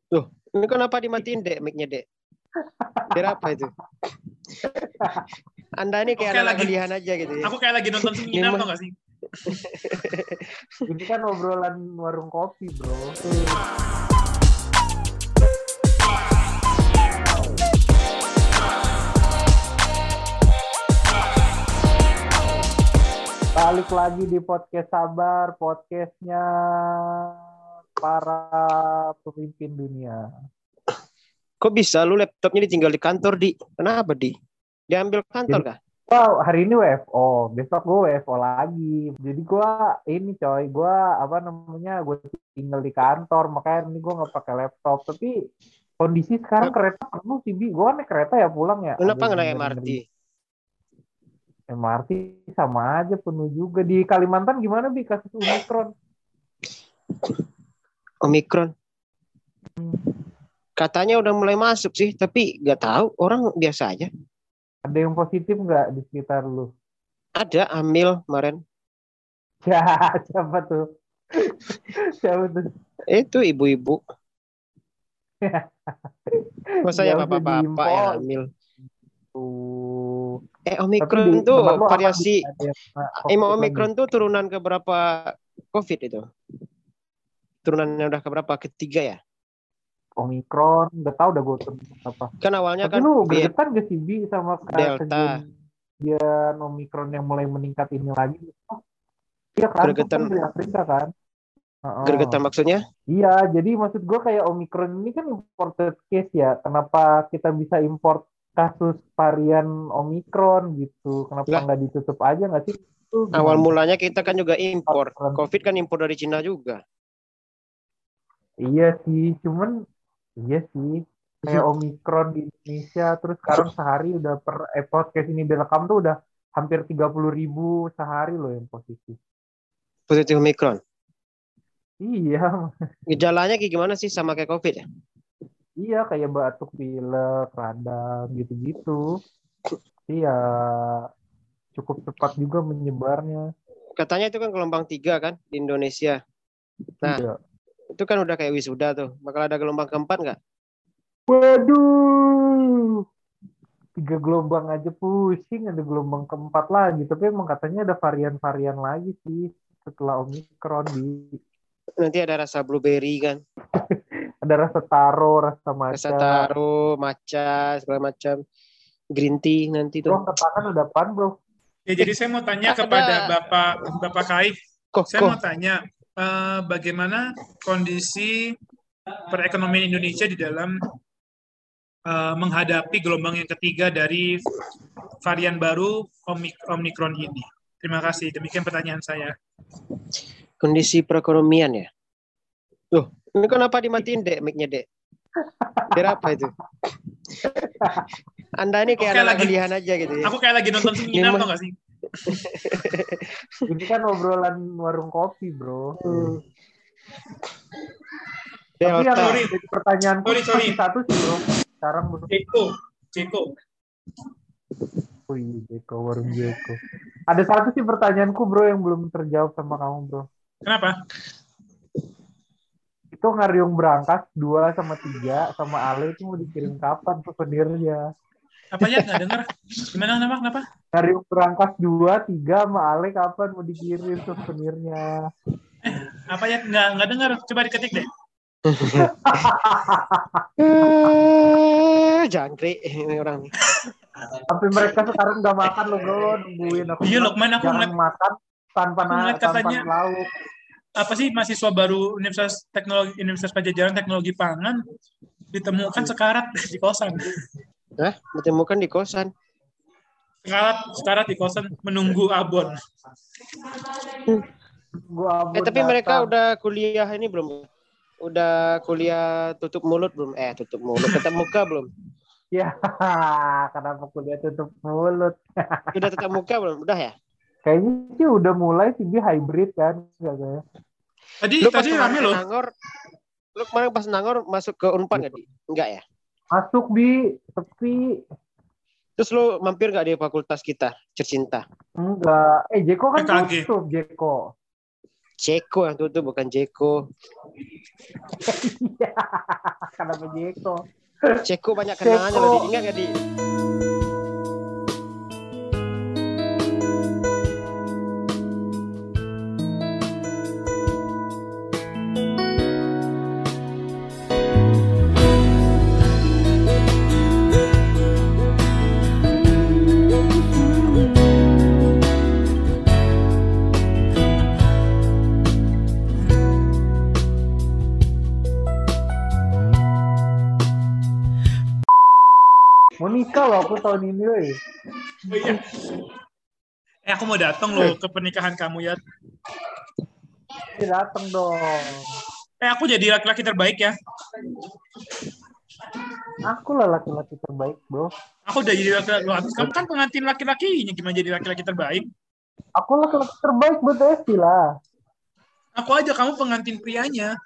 Tuh, ini kenapa dimatiin Dek mic-nya Dek? Kira apa itu? Anda ini kayak anak kuliahan aja gitu ya. Aku kayak lagi nonton seminar tau gak sih? Ini kan obrolan warung kopi, bro. Balik lagi di podcast Sabar, podcastnya para pemimpin dunia. Kok bisa lu laptopnya ditinggal di kantor, Di? Kenapa, Di? Diambil kantor kah? Wow, hari ini WFO, besok gue WFO lagi. Jadi gue gue tinggal di kantor, makanya ini gue nggak pakai laptop. Tapi kondisi sekarang kereta penuh sih, Bi. Gue naik kereta ya pulang ya. Kenapa nggak naik MRT? MRT sama aja penuh juga. Di Kalimantan gimana, Bi, kasus Omikron? Omikron? Katanya udah mulai masuk sih, tapi nggak tahu, orang biasa aja. Ada yang positif nggak di sekitar lu? Ada, Amil kemarin. Ya, siapa tuh? Siapa tuh? Itu ibu-ibu. Masa ya bapak-bapak yang hamil. Omikron tuh variasi. Omikron tuh turunan ke berapa COVID itu? Turunannya udah ke berapa? Ketiga ya? Omikron, udah tahu udah gue apa. Kan awalnya tapi kan lu gregetan gak sih, Bi, sama Delta. Kejadian Omikron yang mulai meningkat ini lagi? Iya kan, gregetan dari Afrika kan. Gregetan maksudnya? Iya, jadi maksud gue kayak Omikron ini kan imported case ya. Kenapa kita bisa import kasus varian Omikron gitu? Kenapa nggak ditutup aja nggak sih? Awal mulanya kita kan juga impor. COVID kan impor dari Cina juga. Iya sih, iya sih. Kayak Omikron di Indonesia, terus sekarang sehari udah podcast ini direkam tuh udah hampir 30.000 sehari loh yang positif. Positif Omikron? Iya. Gejalanya kayak gimana sih, sama kayak COVID ya? Iya, kayak batuk, pilek, radang, gitu-gitu. Iya, cukup cepat juga menyebarnya. Katanya itu kan gelombang 3 kan di Indonesia. Nah, iya. Itu kan udah kayak wisuda tuh. Bakal ada gelombang keempat nggak? Waduh, 3 gelombang aja pusing, ada gelombang keempat lagi. Tapi emang katanya ada varian-varian lagi sih setelah Omikron. Nanti ada rasa blueberry kan? Ada rasa taro, rasa matcha, segala macam. Green tea nanti tuh. Bro, tangan udah pan, bro. Ya, jadi saya mau tanya kepada Bapak Kai. Saya mau tanya, bagaimana kondisi perekonomian Indonesia di dalam menghadapi gelombang yang ketiga dari varian baru Omikron ini. Terima kasih. Demikian pertanyaan saya. Kondisi perekonomian ya? Tuh, ini kenapa dimatiin Dek mic-nya Dek? Kira apa itu? Anda ini kayak anak kuliahan aja gitu ya. Aku kayak lagi nonton seminar tau gak sih? Ini kan obrolan warung kopi, bro. Tapi yang pertanyaan satu sih, bro. Sekarang, bro. Jeko. Wih, Jeko, warung Jeko. Ada satu sih pertanyaanku, bro, yang belum terjawab sama kamu, bro. Kenapa? Itu Ngariung Berangkas 2 sama 3 sama Ale itu mau dikirim kapan souvenirnya? Apa ya? Nggak dengar. Gimana? Kenapa? Ngariung Berangkas 2, 3 sama Ale kapan mau dikirim souvenirnya? Apa ya? Nggak dengar. Coba diketik deh. Jangkrik ini orang nih. Tapi mereka sekarang nggak makan loh, bro. Nungguin aku. Iya, Lokman, aku jangan makan tanpa lauk. Apa sih mahasiswa baru Universitas Pajajaran Teknologi Pangan ditemukan sekarat di kosan. Hah? Ditemukan di kosan? Sekarat di kosan menunggu abon. Tapi mereka udah kuliah ini belum? Udah kuliah tutup mulut belum? Tutup mulut, tetap muka belum? Ya, kenapa kuliah tutup mulut? Udah tetap muka belum? Udah ya? Kayaknya sih udah mulai sih, dia hybrid kan katanya. Tadi rame loh. Lu kemarin pas Nangor masuk ke Unpad nggak, Di? Enggak ya? Masuk, Bi, sepi. Terus lu mampir nggak di fakultas kita, Cercinta? Enggak. Jeko kan tutup, Jeko. Ceko yang tutup, bukan Jeko. Iya, kenapa Jeko? Ceko banyak kenangannya loh, diingat gak, Di? Mau nikah loh aku tahun ini, weh. Oh iya. Aku mau datang loh ke pernikahan kamu ya. Datang dong. Aku jadi laki-laki terbaik ya. Aku lah laki-laki terbaik, bro. Aku udah jadi laki-laki. Loh, habis kamu kan pengantin laki-lakinya, gimana jadi laki-laki terbaik? Aku laki-laki terbaik buat Esti lah. Aku aja, kamu pengantin prianya.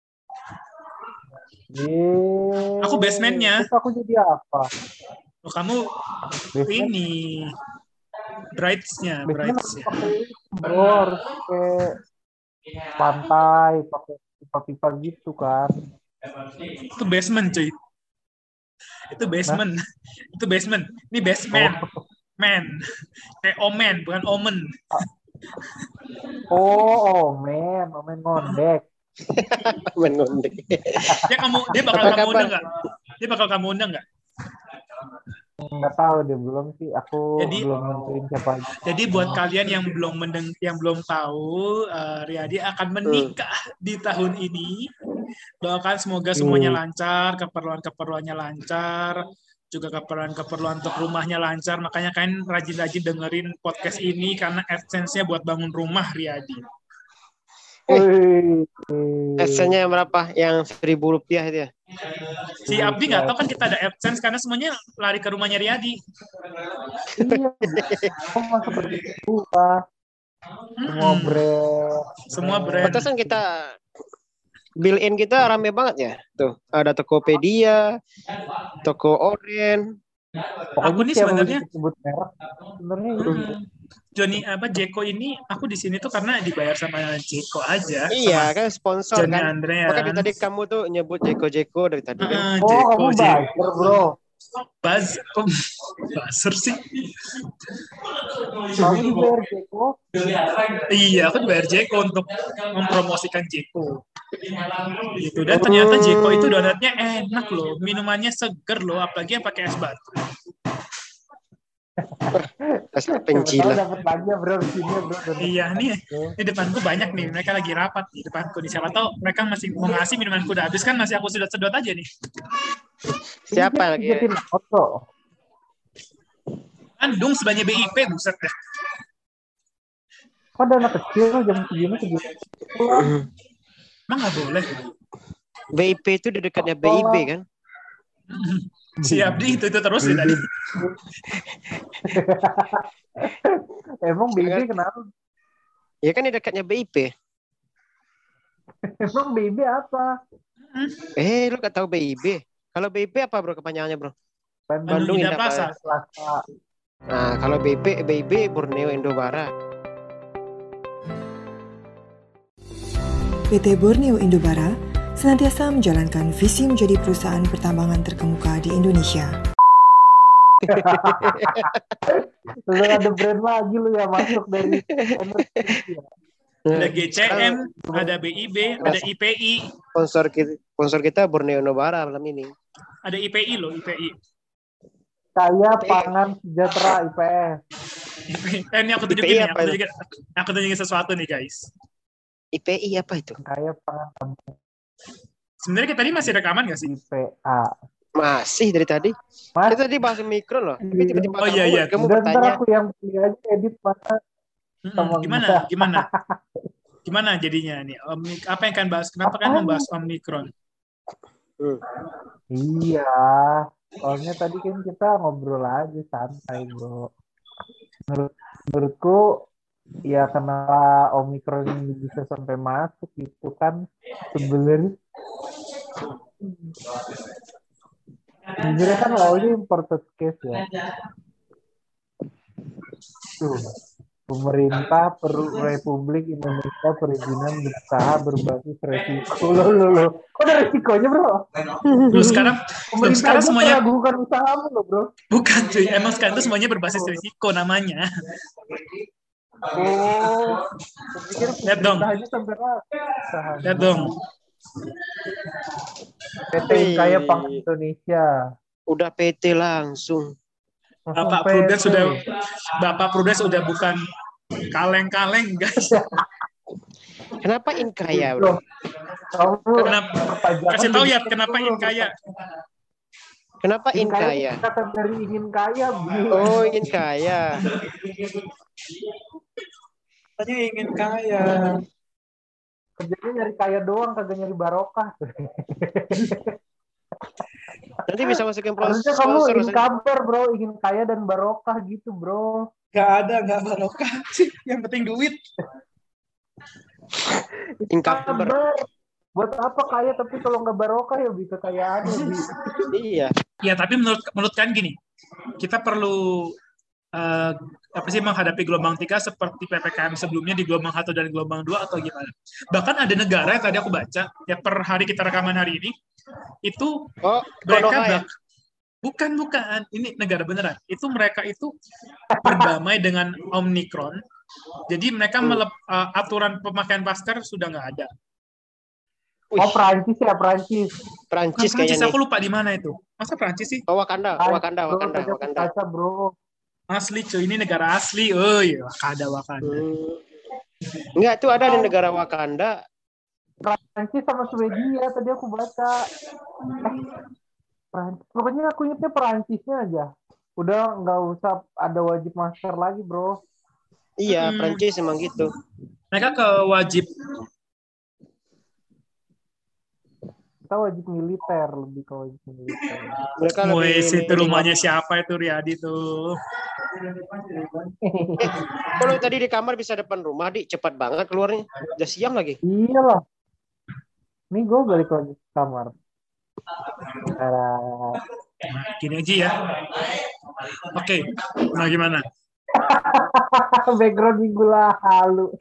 Aku basementnya. Terus aku jadi apa? Oh, kamu basement? Ini brides-nya. Bro, harus pakai pantai, pakai pipa-pipa gitu kan. Itu basement, cuy. Itu basement. Nah? Itu basement. Ini basement. Man. Kayak omen, bukan omen. Omen ngondek. Mengundang. Dia bakal kamu undang nggak? Dia bakal kamu undang nggak? Nggak tahu deh, belum sih. Aku belum nentuin siapa aja. Jadi buat kalian yang belum tahu, Riyadi akan menikah di tahun ini. Doakan semoga semuanya lancar, keperluannya lancar, juga keperluan untuk rumahnya lancar. Makanya kalian rajin-rajin dengerin podcast ini karena AdSense-nya buat bangun rumah, Riyadi. AdSense-nya berapa? Yang Rp1.000 itu ya? Si Abdi nggak tahu kan kita ada AdSense karena semuanya lari ke rumahnya Riyadi. Iya, masuk ke situ lah. Semua brand. Pantesan kita built-in kita rame banget ya. Tuh, ada Tokopedia, Toko Oren. Aku nih sebenarnya sebut merek. Sebenarnya Jeko ini aku di sini tuh karena dibayar sama Jeko aja. Iya, kan sponsor Johnny kan. Andrean. Maka dari tadi kamu tuh nyebut Jeko dari tadi kan. Kamu buzzer, bro. Buzzer sih. Kamu dibayar Jeko? Iya, aku dibayar Jeko untuk mempromosikan Jeko. Gitu. Dan ternyata Jeko itu donatnya enak loh, minumannya seger loh, apalagi yang pakai es batu. Penjilat. Dapat lagi bro di sini bro. Iya nih, di depanku banyak nih, mereka lagi rapat di depanku. Di siapa tahu mereka masih mau ngasih minumanku udah habis kan, masih aku sedot-sedot aja nih. Siapa lagi? Bandung sebanyak BIP, buset deh. Kok ada anak kecil jam segini Emang nggak boleh? BIP itu di dekatnya BIB kan? Siap di itu terus di tadi. Emang BIB kenapa? Ya kan di dekatnya BIP. Emang BIB apa? Lu gak tahu BIB? Kalau BIB apa bro kepanjangannya bro? Bandung Indah Plaza. Nah kalau BIB Borneo Indobara. PT Borneo Indobara senantiasa menjalankan visi menjadi perusahaan pertambangan terkemuka di Indonesia. Lu ada brand lagi lu ya masuk dari Indonesia. Ada GCM, ada BIB, ada IPI. Sponsor kita Borneo Indobara malam ini. Ada IPI loh, IPI. Saya Pangan Sejahtera IPS. Ini aku tunjukin nih, aku tunjukin sesuatu nih guys. IPI apa itu? Kayak Pangan. Sebenarnya kita tadi masih rekaman nggak sih? IPA. Masih dari tadi. Kita tadi bahas mikron loh. Oh iya. Kamu bertanya. Aku yang pilih aja edit mana. Gimana jadinya nih? Apa yang akan bahas? Kenapa kan membahas Omikron? Iya. Soalnya tadi kan kita ngobrol aja santai bro. Menurutku ya kenapa Omikron ini bisa sampai masuk gitu kan sebenarnya kan awalnya imported case ya. Pemerintah Republik Indonesia perizinan berusaha berbasis resiko. Loh. Kok ada resikonya, bro? Sekarang Pemerintah semuanya meragukan usahamu loh, bro. bukan cuy, emang sekarang itu semuanya berbasis risiko namanya. Oh, pikir Lihat dong. pemerintah aja sampai Lihat dong. PT Inkaya Pangan Indonesia. Udah PT langsung. Bapak Prudens udah bukan kaleng-kaleng, guys. Kenapa Inkaya, bro? Kasih tahu ya kenapa Inkaya. Kenapa Inkaya? Kategori ingin kaya, bro. Oh, Inkaya. Tanya ingin kaya. Kerjanya nyari kaya doang, kagak nyari barokah. Nanti bisa masukin Harusnya kamu ingin kabar, bro, ingin kaya dan barokah gitu, bro. Gak barokah sih, yang penting duit. Kabar. Buat apa kaya tapi kalau nggak barokah ya bisa kekayaan. Iya. Ya, tapi menurut kan gini, kita perlu menghadapi gelombang 3 seperti PPKM sebelumnya di gelombang 1 dan gelombang 2 atau gimana? Bahkan ada negara yang tadi aku baca, ya per hari kita rekaman hari ini, itu mereka bukan, ini negara beneran. Itu mereka itu berdamai dengan Omicron. Jadi mereka aturan pemakaian masker sudah nggak ada. Oh, Perancis ya, Perancis. Perancis kayaknya. Aku lupa di mana itu. Masa Perancis sih? Oh, Wakanda. Bro. Asli cuy, ini negara asli. Oh iya, Wakanda. Enggak, itu ada di negara Wakanda. Perancis sama Swedia tadi aku baca. Perancis. Pokoknya aku ingatnya Perancisnya aja. Udah nggak usah ada wajib masker lagi, bro. Iya, Perancis emang gitu. Mereka kita wajib militer, lebih ke wajib militer. Mereka itu rumahnya siapa itu Riyadi tuh? Kalau tadi di kamar bisa depan rumah, cepat banget keluarnya. Udah siang lagi. Iyalah. Nih gue balik lagi ke kamar. Gini aja ya. Oke, nah gimana? Background minggu lalu.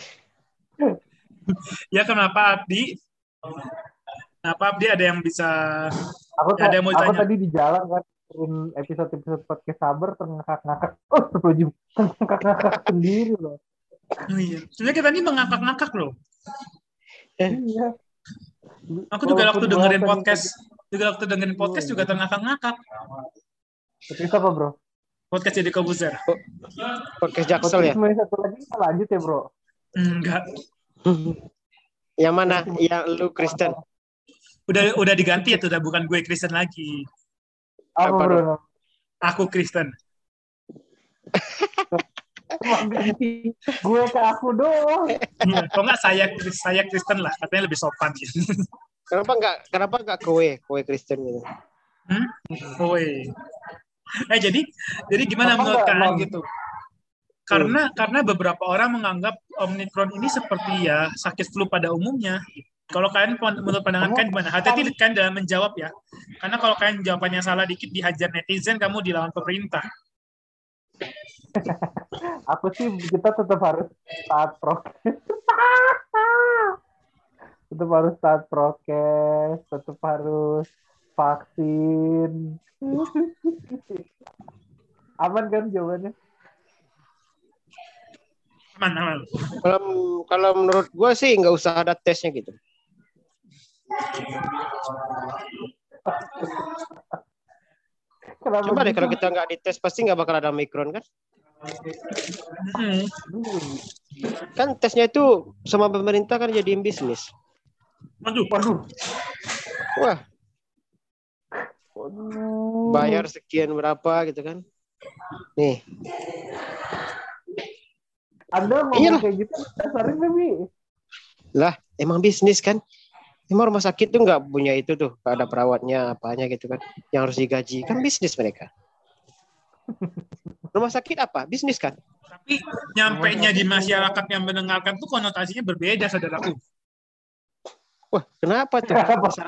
Ya kenapa Abdi? Kenapa Abdi ada yang bisa? Aku tadi di jalan kan, episode podcast sabar terngakak-ngakak. Oh, terngakak-ngakak sendiri loh. Iya. Sebenarnya kita ini mengakak-ngakak loh. Iya. Aku juga waktu dengerin podcast juga terngakak-ngakak. Podcast apa, bro? Podcast jadi Kobuzer. Podcast Jaksel ya? Satu lagi kita lanjut ya, bro? Enggak. Yang mana? Yang lu Kristen? Udah diganti ya tuh, udah bukan gue Kristen lagi. Apa, bro? Aku Kristen. Ganti gue ke aku doang. Kok nggak saya Kristen lah, katanya lebih sopan gitu. Kenapa nggak kowe Kristen gitu? Kowe. Jadi gimana menurut kalian gitu? Karena beberapa orang menganggap Omicron ini seperti ya sakit flu pada umumnya. Kalau kalian menurut pandangan kalian gimana? Hati-hati kan dalam menjawab ya. Karena kalau kalian jawabannya salah dikit dihajar netizen, kamu dilawan pemerintah. Aku sih kita tetap harus taat prokes. Tetap harus taat prokes, tetap harus vaksin. Aman kan jawabannya? Aman. Kalau menurut gue sih nggak usah ada tesnya gitu. Coba deh kalau kita nggak dites pasti nggak bakal ada Omicron kan? Kan tesnya itu sama pemerintah kan jadiin bisnis. Waduh. Wah. Bayar sekian berapa gitu kan? Nih. Anda ngomong kayak gitu dasarnya lebih. Lah, emang bisnis kan? Emang rumah sakit tuh nggak punya itu tuh, nggak ada perawatnya apanya gitu kan, yang harus digaji kan bisnis mereka. Rumah sakit apa? Bisnis kan? Tapi nyampainya di masyarakat yang mendengarkan tuh konotasinya berbeda, saudaraku. Wah, kenapa tuh?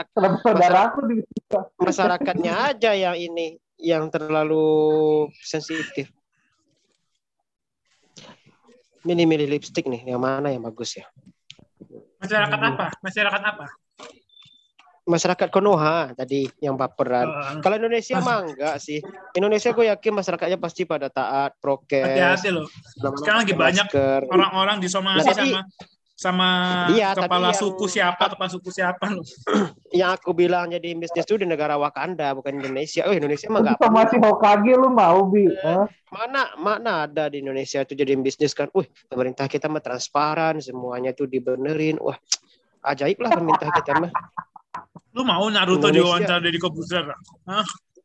Masyarakatnya aja yang ini, yang terlalu sensitif. milih-milih lipstick nih, yang mana yang bagus ya? Masyarakat apa? Masyarakat apa? Masyarakat Konoha tadi yang baperan. Kalau Indonesia mah enggak sih. Indonesia gue yakin masyarakatnya pasti pada taat, prokes. Hati-hati loh. Sekarang lagi banyak orang-orang disomasi sama iya, kepala suku siapa loh. Yang aku bilang jadi bisnis itu di negara Wakanda, bukan Indonesia. Oh, Indonesia mah enggak perlu. Masih Hokage lu mau, Bi? Mana ada di Indonesia itu jadi bisnis kan. Pemerintah kita mah transparan, semuanya tuh dibenerin. Wah, ajaib lah pemerintah kita mah. Lu mau Naruto diwawancara Deddy Corbuzier? Hah?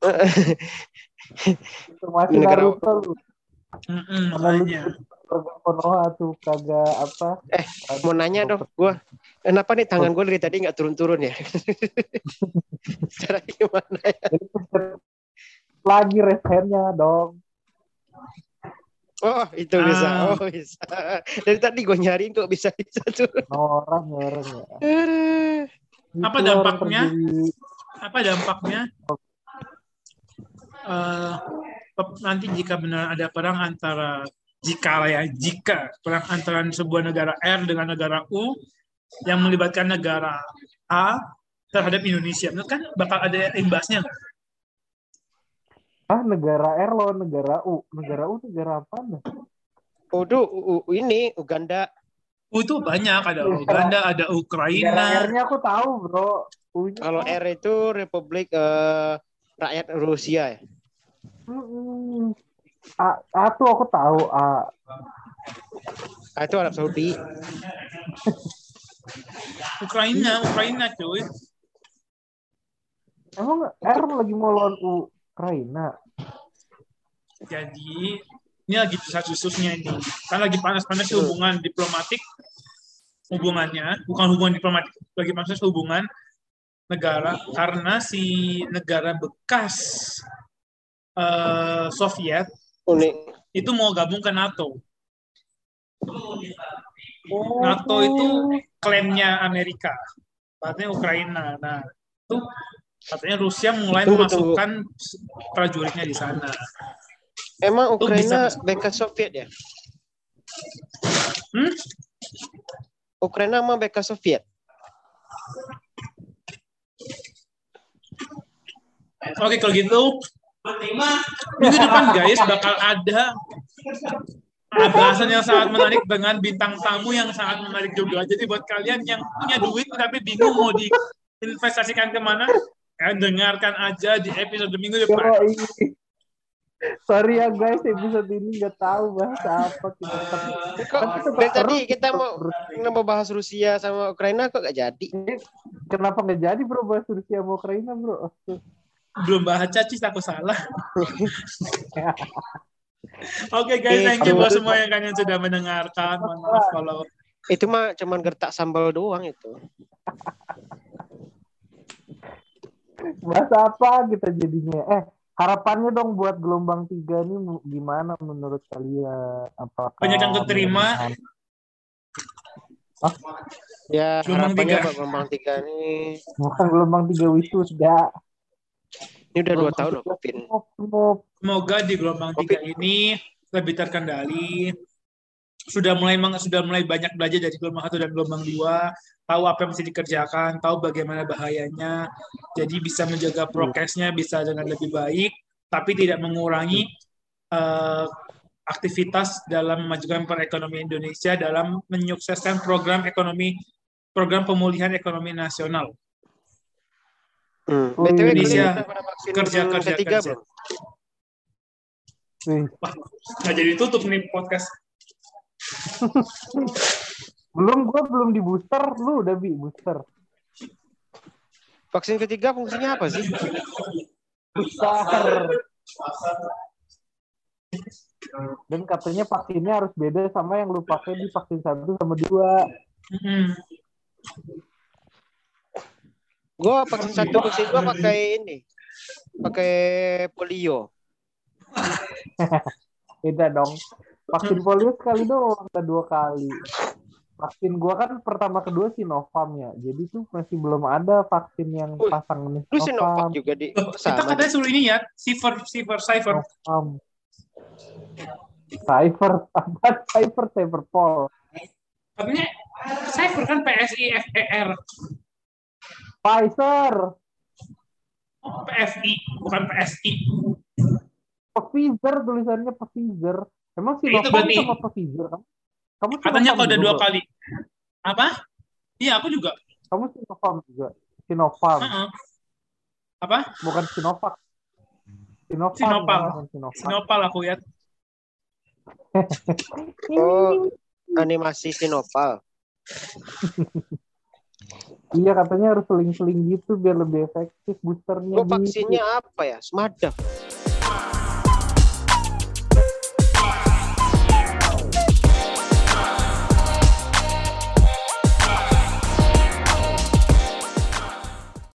Masih Naruto lu. Makanya. Konoha tuh kagak apa. Mau nanya dong, gua. Kenapa nih tangan gue dari tadi nggak turun-turun ya? Cara gimana ya? Lagi rest hand-nya dong. Oh, itu bisa. Oh, bisa. Dari tadi gue nyariin kok bisa-bisa tuh. Orang ya. Apa dampaknya? Nanti jika benar ada perang antara jika perang antara sebuah negara R dengan negara U yang melibatkan negara A terhadap Indonesia, itu kan bakal ada imbasnya nggak? Negara R loh, negara U. Negara U negara apa? Ini Uganda. Itu banyak, ada Uganda, ada Ukraina. R-nya aku tahu, bro. Kalau R itu Republik Rakyat Rusia ya. Tuh aku tahu. Itu Arab Saudi. Ukraina cuy. Emang R lagi mau lawan Ukraina? Jadi ini lagi susah-susahnya ini. Kan lagi panas-panas hubungan diplomatik. Hubungannya, bukan hubungan diplomatik, lagi panas hubungan negara karena si negara bekas Soviet itu mau gabung ke NATO. NATO itu klaimnya Amerika, katanya Ukraina. Nah, itu katanya Rusia mulai memasukkan prajuritnya di sana. Emang Ukraina bekas Soviet ya? Ukraina emang bekas Soviet? Oke, kalau gitu minggu depan guys bakal ada bahasan yang sangat menarik dengan bintang tamu yang sangat menarik juga. Jadi buat kalian yang punya duit tapi bingung mau diinvestasikan kemana, dengarkan aja di episode minggu depan. Sorry ya guys, episode ini nggak tahu bahasa apa kita. Dari tadi kita mau bahas Rusia sama Ukraina kok nggak jadi? Kenapa nggak jadi bro bahas Rusia sama Ukraina bro? Belum baca sih, aku salah. Oke guys, thank you buat semua yang kalian sudah mendengarkan. Mohon maaf kalau itu mah cuman gertak sambal doang itu. Bahasa apa kita jadinya? Harapannya dong buat gelombang 3 ini gimana menurut kalian? Apakah banyak yang keterima? Ya, harapannya buat gelombang 3 ini. Bukan gelombang 3 wisuda. Ini udah 2 tahun loh COVID. Semoga di gelombang 3 ini lebih terkendali. Sudah mulai banyak belajar dari gelombang 1 dan gelombang 2, tahu apa yang mesti dikerjakan, tahu bagaimana bahayanya, jadi bisa menjaga prokesnya bisa dengan lebih baik, tapi tidak mengurangi aktivitas dalam memajukan perekonomian Indonesia dalam menyukseskan program pemulihan ekonomi nasional. Indonesia kerja. Wah, nggak jadi tutup nih podcast. Gue belum di booster, lu udah booster. Vaksin ketiga fungsinya apa sih? Booster. Dan katanya vaksinnya harus beda sama yang lu pakai di vaksin 1 sama 2. Gue vaksin 1 vaksin 2 pakai polio. Beda dong. Vaksin polio sekali doang, 2 kali. Vaksin gua kan pertama kedua Sinovac ya. Jadi tuh masih belum ada vaksin yang pasang Sinovac. Lu Sinovac juga di kita katanya suruh ini ya, Cypher. Cyberpol. Katanya Cyber kan PSIFER. Pfizer. Oh, PFI, bukan PSI. Pfizer tulisannya Pfizer. Emang Itu Sinovac berarti sama Pfizer kan? Kamu katanya Sinovac kalau ada juga, 2 Bro? kali. Apa? Iya, aku juga. Kamu Sinovac juga? Sinovac. Heeh. Apa? Bukan Sinovac. Sinovac. Sinopal. Bukan Sinovac. Sinopal aku lihat. Oh, animasi Sinopal. Iya, katanya harus seling-seling gitu biar lebih efektif boosternya. Vaksinnya apa ya? Semada.